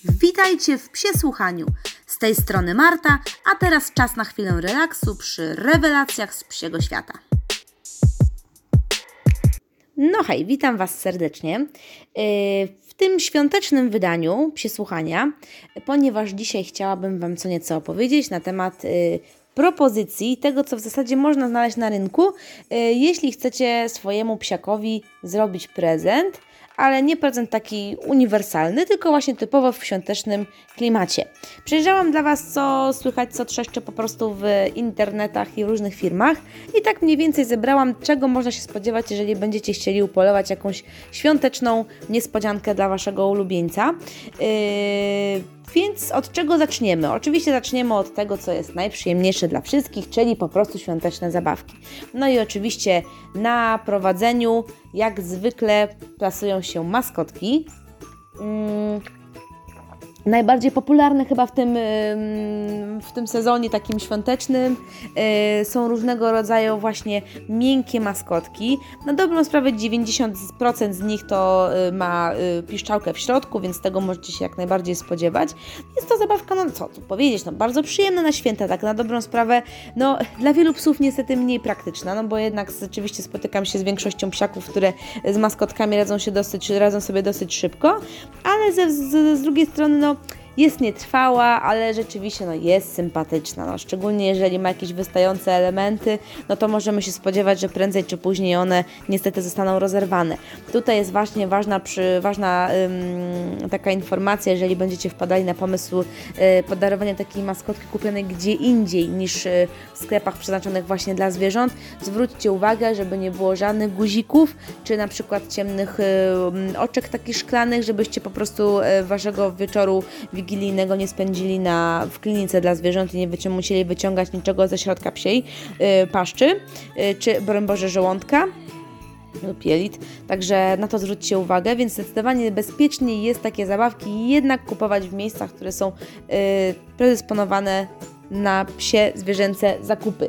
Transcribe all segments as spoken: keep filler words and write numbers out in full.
Witajcie w Psie Słuchaniu. Z tej strony Marta, a teraz czas na chwilę relaksu przy rewelacjach z psiego świata. No hej, witam Was serdecznie w tym świątecznym wydaniu Psie Słuchania, ponieważ dzisiaj chciałabym Wam co nieco opowiedzieć na temat propozycji, tego co w zasadzie można znaleźć na rynku, jeśli chcecie swojemu psiakowi zrobić prezent, ale nie prezent taki uniwersalny, tylko właśnie typowo w świątecznym klimacie. Przejrzałam dla Was, co słychać, co trzeszczy po prostu w internetach i w różnych firmach i tak mniej więcej zebrałam, czego można się spodziewać, jeżeli będziecie chcieli upolować jakąś świąteczną niespodziankę dla Waszego ulubieńca. Yy, więc od czego zaczniemy? Oczywiście zaczniemy od tego, co jest najprzyjemniejsze dla wszystkich, czyli po prostu świąteczne zabawki. No i oczywiście na prowadzeniu, jak zwykle, plasują się maskotki. Hmm. Najbardziej popularne chyba w tym, w tym sezonie takim świątecznym są różnego rodzaju właśnie miękkie maskotki. Na dobrą sprawę dziewięćdziesiąt procent z nich to ma piszczałkę w środku, więc tego możecie się jak najbardziej spodziewać. Jest to zabawka, no co tu powiedzieć, no bardzo przyjemna na święta, tak na dobrą sprawę. No dla wielu psów niestety mniej praktyczna, no bo jednak rzeczywiście spotykam się z większością psiaków, które z maskotkami radzą się dosyć, radzą sobie dosyć szybko, ale ze, z, z drugiej strony no jest nietrwała, ale rzeczywiście no, jest sympatyczna. No, szczególnie jeżeli ma jakieś wystające elementy, no to możemy się spodziewać, że prędzej czy później one niestety zostaną rozerwane. Tutaj jest właśnie ważna, przy, ważna ym, taka informacja, jeżeli będziecie wpadali na pomysł y, podarowania takiej maskotki kupionej gdzie indziej niż y, w sklepach przeznaczonych właśnie dla zwierząt. Zwróćcie uwagę, żeby nie było żadnych guzików, czy na przykład ciemnych y, oczek takich szklanych, żebyście po prostu y, waszego wieczoru wigilijnego nie spędzili na, w klinice dla zwierząt i nie wyci- musieli wyciągać niczego ze środka psiej yy, paszczy, yy, czy broń Boże żołądka lub jelit. Także na to zwróćcie uwagę, więc zdecydowanie bezpieczniej jest takie zabawki jednak kupować w miejscach, które są yy, predysponowane na psie, zwierzęce zakupy.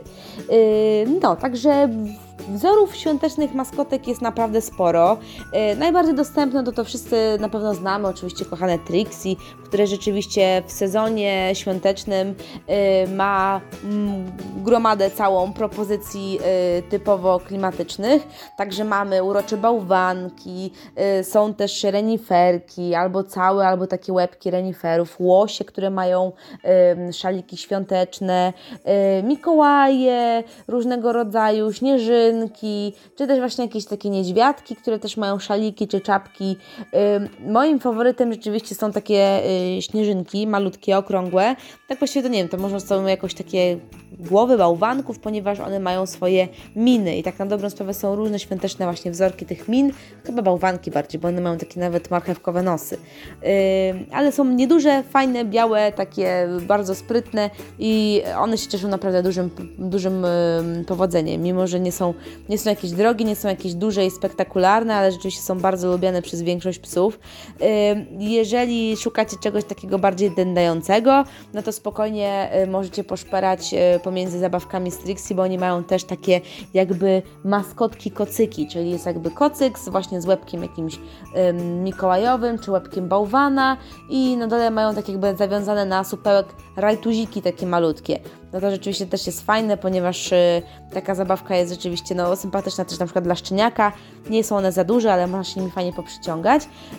Yy, no, także wzorów świątecznych maskotek jest naprawdę sporo. Yy, najbardziej dostępne to to wszyscy na pewno znamy, oczywiście kochane Trixie, które rzeczywiście w sezonie świątecznym yy, ma mm, gromadę całą propozycji yy, typowo klimatycznych. Także mamy urocze bałwanki, yy, są też reniferki, albo całe, albo takie łebki reniferów, łosie, które mają yy, szaliki świąteczne, yy, Mikołaje, różnego rodzaju śnieżynki, czy też właśnie jakieś takie niedźwiadki, które też mają szaliki czy czapki. Yy, moim faworytem rzeczywiście są takie yy, śnieżynki, malutkie, okrągłe. Tak właściwie to nie wiem, to może są jakoś takie głowy bałwanków, ponieważ one mają swoje miny i tak na dobrą sprawę są różne świąteczne właśnie wzorki tych min, chyba bałwanki bardziej, bo one mają takie nawet marchewkowe nosy. Yy, ale są nieduże, fajne, białe, takie bardzo sprytne i one się cieszą naprawdę dużym, dużym yy, powodzeniem, mimo że nie są, nie są jakieś drogie, nie są jakieś duże i spektakularne, ale rzeczywiście są bardzo lubiane przez większość psów. Yy, jeżeli szukacie czegoś takiego bardziej dędającego, no to spokojnie yy, możecie poszperać yy, pomiędzy zabawkami z Trixie, bo oni mają też takie jakby maskotki kocyki, czyli jest jakby kocyk z, właśnie z łebkiem jakimś ym, mikołajowym, czy łebkiem bałwana i na dole mają tak jakby zawiązane na supełek rajtuziki takie malutkie. No to rzeczywiście też jest fajne, ponieważ y, taka zabawka jest rzeczywiście no, sympatyczna też na przykład dla szczeniaka. Nie są one za duże, ale można się nimi fajnie poprzyciągać.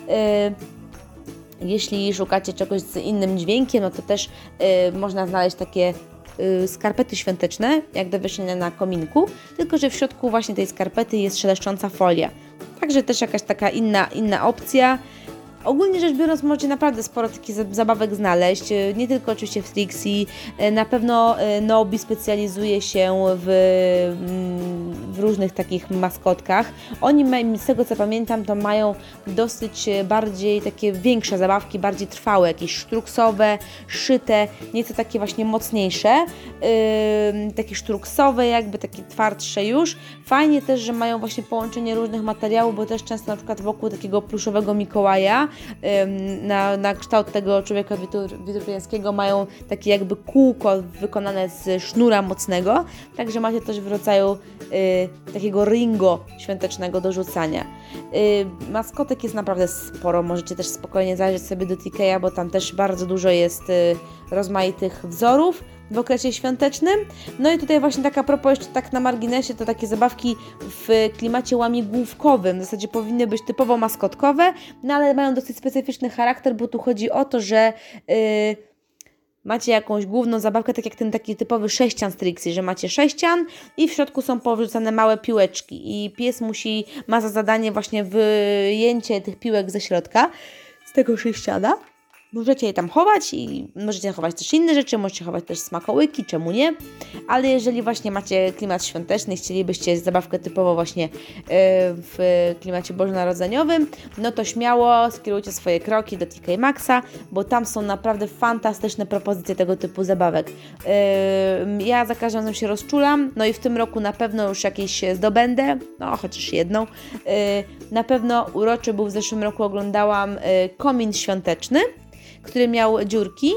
Y, jeśli szukacie czegoś z innym dźwiękiem, no to też y, można znaleźć takie skarpety świąteczne, jak do wieszania na kominku, tylko że w środku właśnie tej skarpety jest szeleszcząca folia. Także też jakaś taka inna, inna opcja. Ogólnie rzecz biorąc, możecie naprawdę sporo takich zabawek znaleźć, nie tylko oczywiście w Trixie. Na pewno Nobi specjalizuje się w, w różnych takich maskotkach. Oni, z tego co pamiętam, to mają dosyć bardziej takie większe zabawki, bardziej trwałe, jakieś sztruksowe, szyte, nieco takie właśnie mocniejsze, yy, takie sztruksowe, jakby takie twardsze już. Fajnie też, że mają właśnie połączenie różnych materiałów, bo też często na przykład wokół takiego pluszowego Mikołaja Na, na kształt tego człowieka witruwiańskiego mają takie jakby kółko wykonane z sznura mocnego, także macie też w rodzaju y, takiego ringo świątecznego do rzucania. Yy, maskotek jest naprawdę sporo, możecie też spokojnie zajrzeć sobie do Tikeja, bo tam też bardzo dużo jest yy, rozmaitych wzorów w okresie świątecznym. No i tutaj właśnie taka propos, jeszcze tak na marginesie, to takie zabawki w klimacie łamigłówkowym, w zasadzie powinny być typowo maskotkowe, no ale mają dosyć specyficzny charakter, bo tu chodzi o to, że yy, macie jakąś główną zabawkę, tak jak ten taki typowy sześcian z Trixie, że macie sześcian i w środku są powrzucane małe piłeczki i pies musi, ma za zadanie właśnie wyjęcie tych piłek ze środka, z tego sześciana. Możecie je tam chować i możecie chować też inne rzeczy, możecie chować też smakołyki, czemu nie, ale jeżeli właśnie macie klimat świąteczny i chcielibyście zabawkę typowo właśnie yy, w klimacie bożonarodzeniowym, no to śmiało skierujcie swoje kroki do T K Maxxa, bo tam są naprawdę fantastyczne propozycje tego typu zabawek. Yy, ja za każdym razem się rozczulam, no i w tym roku na pewno już jakieś zdobędę, no chociaż jedną. Yy, na pewno uroczy był w zeszłym roku, oglądałam yy, komin świąteczny, który miał dziurki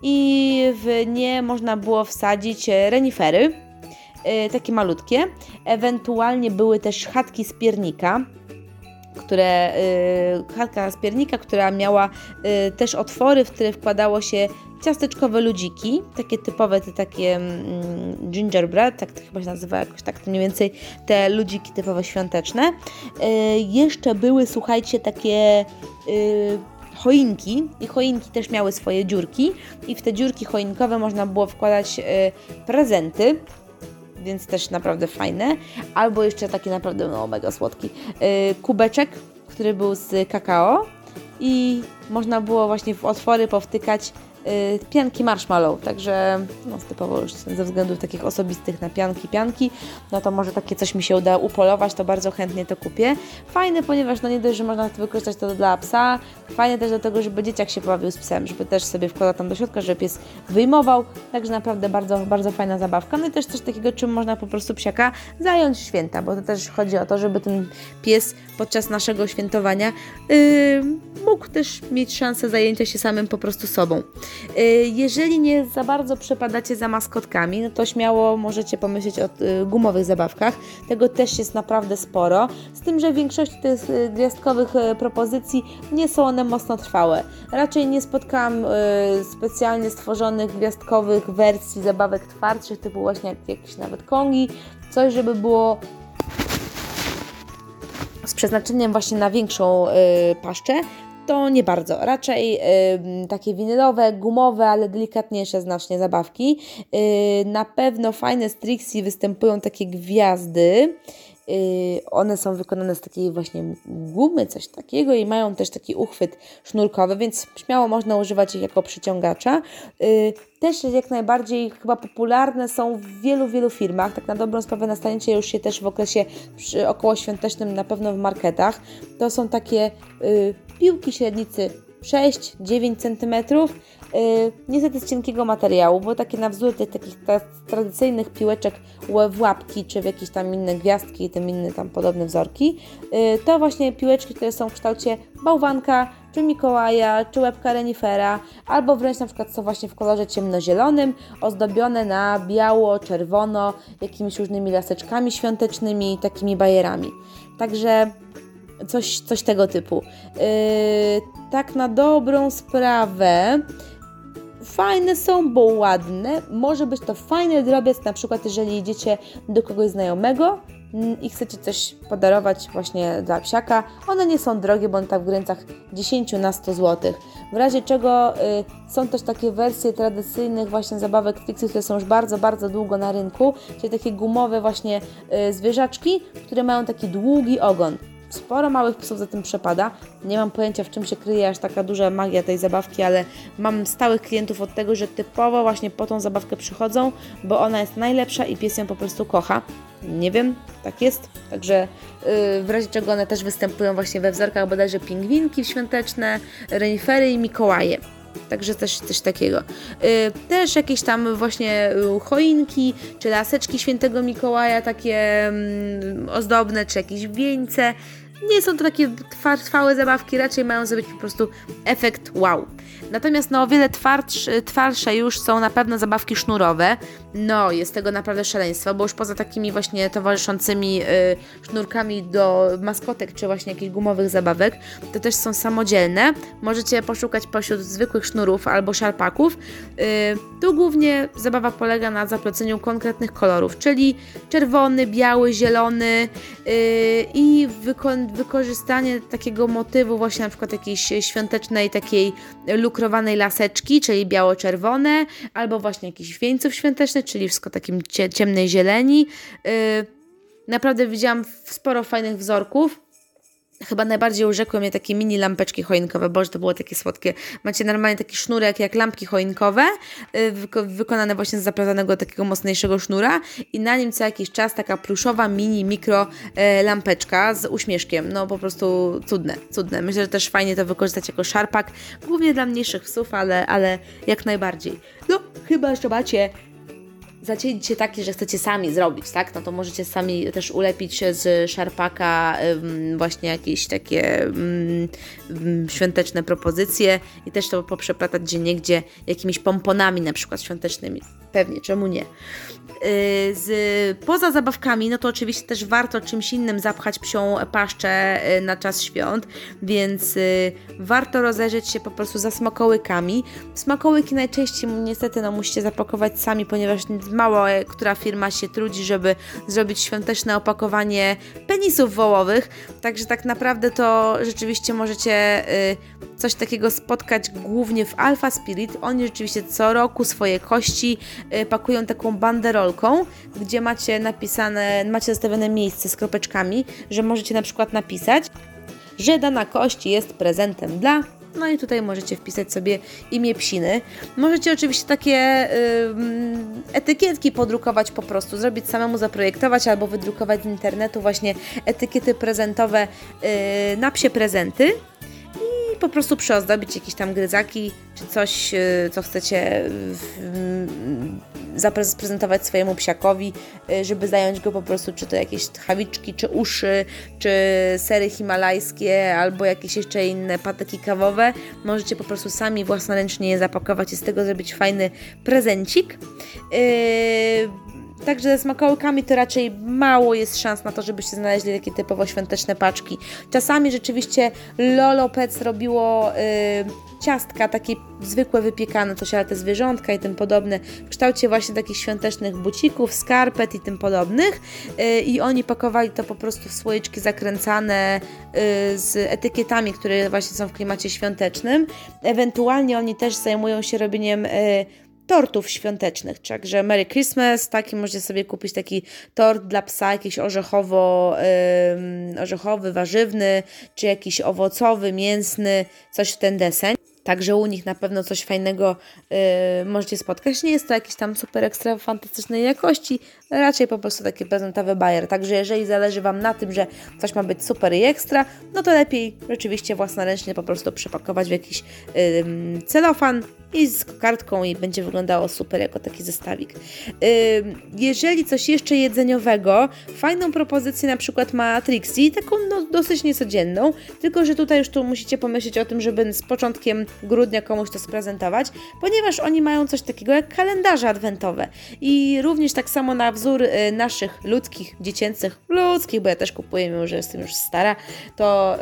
i w nie można było wsadzić renifery, yy, takie malutkie. Ewentualnie były też chatki z piernika, które, yy, chatka z piernika, która miała yy, też otwory, w które wkładało się ciasteczkowe ludziki, takie typowe, te takie mm, gingerbread, tak to chyba się nazywa jakoś tak, to mniej więcej te ludziki typowo świąteczne. Yy, jeszcze były, słuchajcie, takie yy, choinki i choinki też miały swoje dziurki i w te dziurki choinkowe można było wkładać y, prezenty, więc też naprawdę fajne, albo jeszcze taki naprawdę no, mega słodki y, kubeczek, który był z kakao i można było właśnie w otwory powtykać y, pianki marshmallow, także no, typowo już ze względów takich osobistych na pianki, pianki, no to może takie coś mi się uda upolować, to bardzo chętnie to kupię. Fajne, ponieważ no nie dość, że można wykorzystać to dla psa, fajne też do tego, żeby dzieciak się pobawił z psem, żeby też sobie wkładał tam do środka, żeby pies wyjmował, także naprawdę bardzo, bardzo fajna zabawka. No i też coś takiego, czym można po prostu psiaka zająć w święta, bo to też chodzi o to, żeby ten pies podczas naszego świętowania yy, mógł też mieć szansę zajęcia się samym po prostu sobą. Yy, jeżeli nie za bardzo przepadacie za maskotkami, no to śmiało możecie pomyśleć o yy, gumowych zabawkach. Tego też jest naprawdę sporo, z tym, że w większości tych yy, gwiazdkowych yy, propozycji nie są one mocno trwałe. Raczej nie spotkałam y, specjalnie stworzonych gwiazdkowych wersji zabawek twardszych, typu właśnie jak, jakieś nawet kongi, coś, żeby było z przeznaczeniem właśnie na większą y, paszczę. To nie bardzo. Raczej y, takie winylowe, gumowe, ale delikatniejsze znacznie zabawki. Y, na pewno fajne z Trixie występują takie gwiazdy. Yy, one są wykonane z takiej właśnie gumy, coś takiego i mają też taki uchwyt sznurkowy, więc śmiało można używać ich jako przyciągacza. Yy, też jak najbardziej chyba popularne są w wielu, wielu firmach. Tak na dobrą sprawę nastaniecie już się też w okresie przy, okołoświątecznym na pewno w marketach. To są takie yy, piłki średnicy sześć do dziewięciu centymetrów. Yy, niestety z cienkiego materiału, bo takie na wzór tych takich ta, tradycyjnych piłeczek w łapki, czy w jakieś tam inne gwiazdki i tym inne tam podobne wzorki. Yy, to właśnie piłeczki, które są w kształcie bałwanka, czy Mikołaja, czy łebka renifera, albo wręcz na przykład są właśnie w kolorze ciemnozielonym, ozdobione na biało, czerwono, jakimiś różnymi laseczkami świątecznymi i takimi bajerami. Także coś, coś tego typu. Yy, tak na dobrą sprawę fajne są, bo ładne. Może być to fajny drobiazg, na przykład jeżeli idziecie do kogoś znajomego i chcecie coś podarować właśnie dla psiaka. One nie są drogie, bo one tak w granicach dziesięć na sto złotych. W razie czego y, są też takie wersje tradycyjnych właśnie zabawek Trixie, które są już bardzo, bardzo długo na rynku, czyli takie gumowe właśnie y, zwierzaczki, które mają taki długi ogon. Sporo małych psów za tym przepada. Nie mam pojęcia, w czym się kryje aż taka duża magia tej zabawki, ale mam stałych klientów od tego, że typowo właśnie po tą zabawkę przychodzą, bo ona jest najlepsza i pies ją po prostu kocha. Nie wiem, tak jest. Także yy, w razie czego one też występują właśnie we wzorkach bodajże pingwinki świąteczne, renifery i Mikołaje. Także też coś takiego. Yy, też jakieś tam właśnie yy, choinki, czy laseczki świętego Mikołaja, takie yy, ozdobne, czy jakieś wieńce. nie są to takie trwałe zabawki, raczej mają zrobić po prostu efekt wow. Natomiast no o wiele twardsze, twardsze już są na pewno zabawki sznurowe. No, jest tego naprawdę szaleństwo, bo już poza takimi właśnie towarzyszącymi y, sznurkami do maskotek, czy właśnie jakichś gumowych zabawek, to też są samodzielne. Możecie poszukać pośród zwykłych sznurów albo szarpaków. Y, tu głównie zabawa polega na zapleceniu konkretnych kolorów, czyli czerwony, biały, zielony y, i wyko- wykorzystanie takiego motywu właśnie na przykład jakiejś świątecznej takiej lukrowanej laseczki, czyli biało-czerwone, albo właśnie jakichś wieńców świątecznych, czyli wszystko takim cie- ciemnej zieleni. Yy, naprawdę widziałam sporo fajnych wzorków. Chyba najbardziej urzekły mnie takie mini lampeczki choinkowe, boże, to było takie słodkie. Macie normalnie taki sznurek jak lampki choinkowe, yy, wyko- wykonane właśnie z zaplatanego takiego mocniejszego sznura i na nim co jakiś czas taka pluszowa mini mikro yy, lampeczka z uśmieszkiem. No po prostu cudne, cudne. Myślę, że też fajnie to wykorzystać jako szarpak, głównie dla mniejszych psów, ale, ale jak najbardziej. No chyba, że macie zacięcie takie, że chcecie sami zrobić, tak? No to możecie sami też ulepić z szarpaka ym, właśnie jakieś takie ym, ym, świąteczne propozycje i też to poprzeplatać gdzieniegdzie jakimiś pomponami na przykład świątecznymi. Pewnie, czemu nie? Yy, z, poza zabawkami, no to oczywiście też warto czymś innym zapchać psią paszczę yy, na czas świąt, więc yy, warto rozejrzeć się po prostu za smakołykami. Smakołyki najczęściej niestety no, musicie zapakować sami, ponieważ mało która firma się trudzi, żeby zrobić świąteczne opakowanie penisów wołowych, także tak naprawdę to rzeczywiście możecie yy, coś takiego spotkać głównie w Alpha Spirit. Oni rzeczywiście co roku swoje kości yy, pakują taką banderolką, gdzie macie napisane, macie zostawione miejsce z kropeczkami, że możecie na przykład napisać, że dana kość jest prezentem dla... No i tutaj możecie wpisać sobie imię psiny. Możecie oczywiście takie yy, etykietki podrukować po prostu, zrobić samemu, zaprojektować albo wydrukować z internetu właśnie etykiety prezentowe yy, na psie prezenty i po prostu przyozdobić jakieś tam gryzaki czy coś, yy, co chcecie yy, zaprezentować swojemu psiakowi, żeby zająć go po prostu, czy to jakieś tchawiczki, czy uszy, czy sery himalajskie, albo jakieś jeszcze inne patyki kawowe. Możecie po prostu sami własnoręcznie je zapakować i z tego zrobić fajny prezencik. Yy... Także ze smakołykami to raczej mało jest szans na to, żebyście znaleźli takie typowo świąteczne paczki. Czasami rzeczywiście Lolo Pets robiło yy, ciastka takie zwykłe wypiekane, coś, ale te zwierzątka i tym podobne w kształcie właśnie takich świątecznych bucików, skarpet i tym podobnych yy, i oni pakowali to po prostu w słoiczki zakręcane yy, z etykietami, które właśnie są w klimacie świątecznym. Ewentualnie oni też zajmują się robieniem yy, tortów świątecznych, także Merry Christmas, taki możecie sobie kupić taki tort dla psa, jakiś orzechowo, yy, orzechowy, warzywny, czy jakiś owocowy, mięsny, coś w ten deseń. Także u nich na pewno coś fajnego yy, możecie spotkać. Nie jest to jakiś tam super ekstra fantastycznej jakości, raczej po prostu taki prezentowy bajer. Także jeżeli zależy Wam na tym, że coś ma być super i ekstra, no to lepiej rzeczywiście własnoręcznie po prostu przepakować w jakiś yy, celofan i z kartką i będzie wyglądało super jako taki zestawik. Yy, jeżeli coś jeszcze jedzeniowego, fajną propozycję na przykład ma Trixie, taką no, dosyć niecodzienną, tylko że tutaj już tu musicie pomyśleć o tym, żeby z początkiem grudnia komuś to sprezentować, ponieważ oni mają coś takiego jak kalendarze adwentowe i również tak samo na wzór y, naszych ludzkich, dziecięcych, ludzkich, bo ja też kupuję, mimo że jestem już stara, to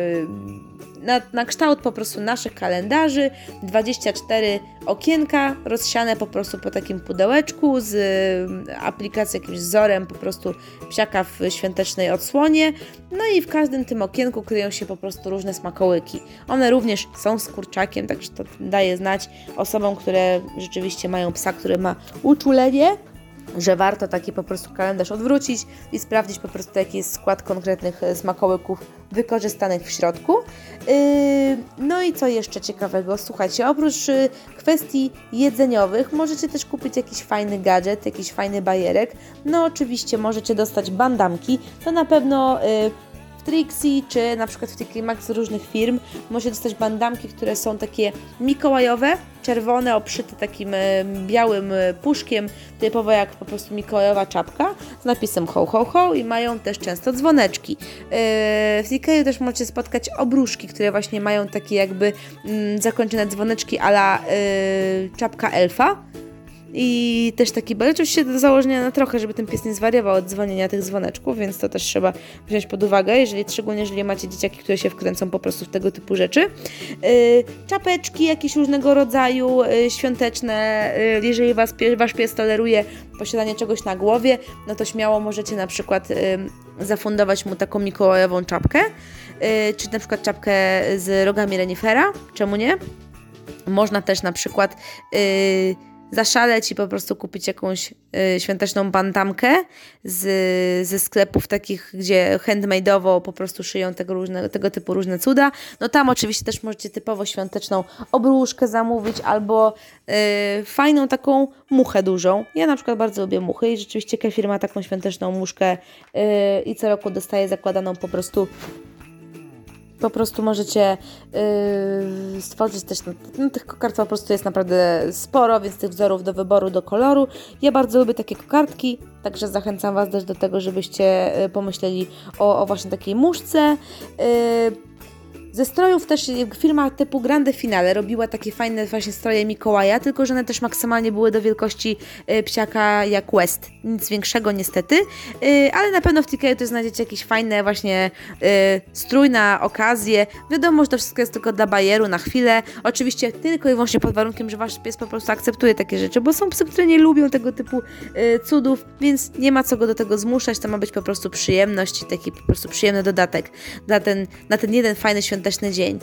y, na, na kształt po prostu naszych kalendarzy, dwadzieścia cztery okienka rozsiane po prostu po takim pudełeczku z y, aplikacją, jakimś wzorem po prostu psiaka w świątecznej odsłonie, no i w każdym tym okienku kryją się po prostu różne smakołyki. One również są z kurczakiem, także to daje znać osobom, które rzeczywiście mają psa, który ma uczulenie, że warto taki po prostu kalendarz odwrócić i sprawdzić po prostu, jaki jest skład konkretnych smakołyków wykorzystanych w środku. Yy, no i co jeszcze ciekawego? Słuchajcie, oprócz kwestii jedzeniowych możecie też kupić jakiś fajny gadżet, jakiś fajny bajerek. No oczywiście możecie dostać bandamki, to na pewno yy, w Trixie, czy na przykład w T K Maxx z różnych firm możecie dostać bandamki, które są takie mikołajowe, czerwone, obszyte takim e, białym e, puszkiem, typowo jak po prostu mikołajowa czapka z napisem ho, ho, ho i mają też często dzwoneczki. E, w Ikei też możecie spotkać obruszki, które właśnie mają takie jakby mm, zakończone dzwoneczki a la e, czapka elfa. I też taki, bo oczywiście do założenia na trochę, żeby ten pies nie zwariował od dzwonienia tych dzwoneczków, więc to też trzeba wziąć pod uwagę, jeżeli, szczególnie jeżeli macie dzieciaki, które się wkręcą po prostu w tego typu rzeczy. Yy, czapeczki jakieś różnego rodzaju, yy, świąteczne, yy, jeżeli was, wasz pies toleruje posiadanie czegoś na głowie, no to śmiało możecie na przykład yy, zafundować mu taką mikołajową czapkę, yy, czy na przykład czapkę z rogami renifera, czemu nie? Można też na przykład yy, zaszaleć i po prostu kupić jakąś y, świąteczną bandamkę z, ze sklepów takich, gdzie handmade'owo po prostu szyją tego, różne, tego typu różne cuda. No tam oczywiście też możecie typowo świąteczną obruszkę zamówić albo y, fajną taką muchę dużą. Ja na przykład bardzo lubię muchy i rzeczywiście Kefir ma taką świąteczną muszkę y, i co roku dostaję zakładaną po prostu Po prostu możecie yy, stworzyć też, no, tych kokard po prostu jest naprawdę sporo, więc tych wzorów do wyboru, do koloru. Ja bardzo lubię takie kokardki, także zachęcam Was też do tego, żebyście yy, pomyśleli o, o właśnie takiej muszce. Yy, Ze strojów też firma typu Grande Finale robiła takie fajne właśnie stroje Mikołaja, tylko że one też maksymalnie były do wielkości y, psiaka jak West. Nic większego niestety, y, ale na pewno w T K też znajdziecie jakieś fajne właśnie y, strój na okazję. Wiadomo, że to wszystko jest tylko dla bajeru na chwilę. Oczywiście tylko i wyłącznie pod warunkiem, że Wasz pies po prostu akceptuje takie rzeczy, bo są psy, które nie lubią tego typu y, cudów, więc nie ma co go do tego zmuszać. To ma być po prostu przyjemność i taki po prostu przyjemny dodatek na ten, na ten jeden fajny świąteczny dzień.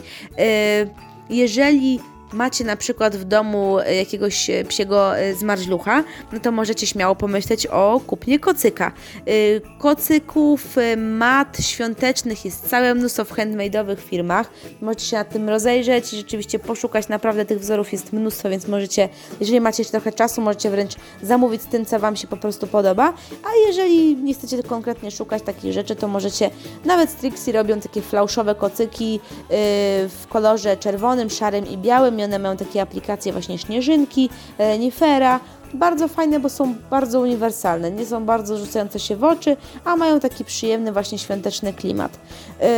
Jeżeli macie na przykład w domu jakiegoś psiego zmarzlucha, no to możecie śmiało pomyśleć o kupnie kocyka. Kocyków, mat świątecznych jest całe mnóstwo w handmade'owych firmach. Możecie się nad tym rozejrzeć i rzeczywiście poszukać. Naprawdę tych wzorów jest mnóstwo, więc możecie, jeżeli macie jeszcze trochę czasu, możecie wręcz zamówić z tym, co Wam się po prostu podoba. A jeżeli nie chcecie konkretnie szukać takich rzeczy, to możecie, nawet z Trixie robią takie flauszowe kocyki w kolorze czerwonym, szarym i białym. I one mają takie aplikacje właśnie śnieżynki, renifera. Bardzo fajne, bo są bardzo uniwersalne. Nie są bardzo rzucające się w oczy, a mają taki przyjemny właśnie świąteczny klimat. Yy,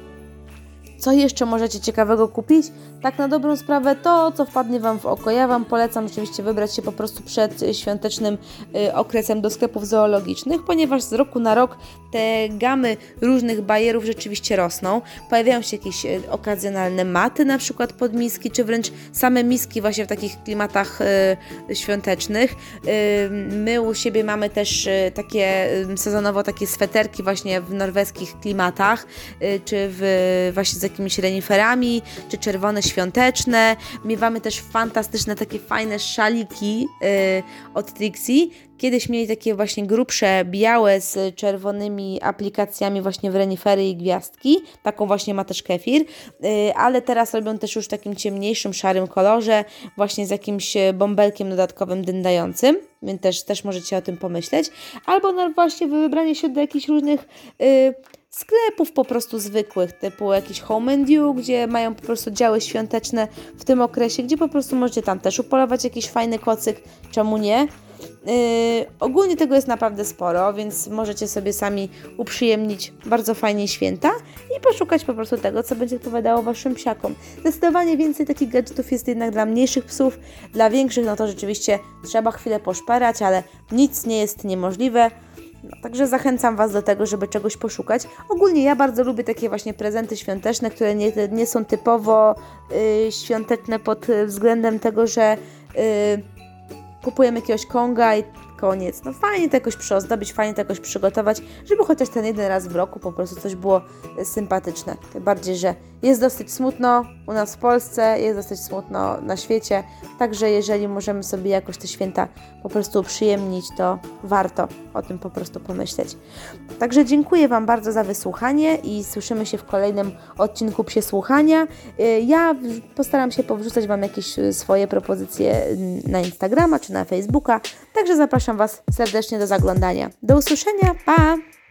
Co jeszcze możecie ciekawego kupić? Tak na dobrą sprawę to, co wpadnie Wam w oko. Ja Wam polecam oczywiście wybrać się po prostu przed świątecznym y, okresem do sklepów zoologicznych, ponieważ z roku na rok te gamy różnych bajerów rzeczywiście rosną. Pojawiają się jakieś y, okazjonalne maty, na przykład pod miski, czy wręcz same miski właśnie w takich klimatach y, świątecznych. Y, my u siebie mamy też y, takie y, sezonowo takie sweterki właśnie w norweskich klimatach, y, czy w, właśnie z jakimiś reniferami, czy czerwone świąteczne. Miewamy też fantastyczne takie fajne szaliki yy, od Trixie. Kiedyś mieli takie właśnie grubsze, białe z czerwonymi aplikacjami właśnie w renifery i gwiazdki. Taką właśnie ma też Kefir, yy, ale teraz robią też już w takim ciemniejszym, szarym kolorze, właśnie z jakimś bąbelkiem dodatkowym dyndającym, więc też, też możecie o tym pomyśleć. Albo no właśnie wybranie się do jakichś różnych yy, sklepów po prostu zwykłych, typu jakiś Home and You, gdzie mają po prostu działy świąteczne w tym okresie, gdzie po prostu możecie tam też upolować jakiś fajny kocyk, czemu nie? Yy, ogólnie tego jest naprawdę sporo, więc możecie sobie sami uprzyjemnić bardzo fajnie święta i poszukać po prostu tego, co będzie odpowiadało Waszym psiakom. Zdecydowanie więcej takich gadżetów jest jednak dla mniejszych psów, dla większych no to rzeczywiście trzeba chwilę poszperać, ale nic nie jest niemożliwe. No, także zachęcam Was do tego, żeby czegoś poszukać. Ogólnie ja bardzo lubię takie właśnie prezenty świąteczne, które nie, nie są typowo y, świąteczne pod względem tego, że y, kupujemy jakiegoś konga i koniec. No fajnie to jakoś przyozdobić, fajnie to jakoś przygotować, żeby chociaż ten jeden raz w roku po prostu coś było sympatyczne. Tym bardziej, że jest dosyć smutno u nas w Polsce, jest dosyć smutno na świecie, także jeżeli możemy sobie jakoś te święta po prostu uprzyjemnić, to warto o tym po prostu pomyśleć. Także dziękuję Wam bardzo za wysłuchanie i słyszymy się w kolejnym odcinku Psie Słuchania. Ja postaram się powrzucać Wam jakieś swoje propozycje na Instagrama czy na Facebooka, także zapraszam Was serdecznie do zaglądania. Do usłyszenia, pa!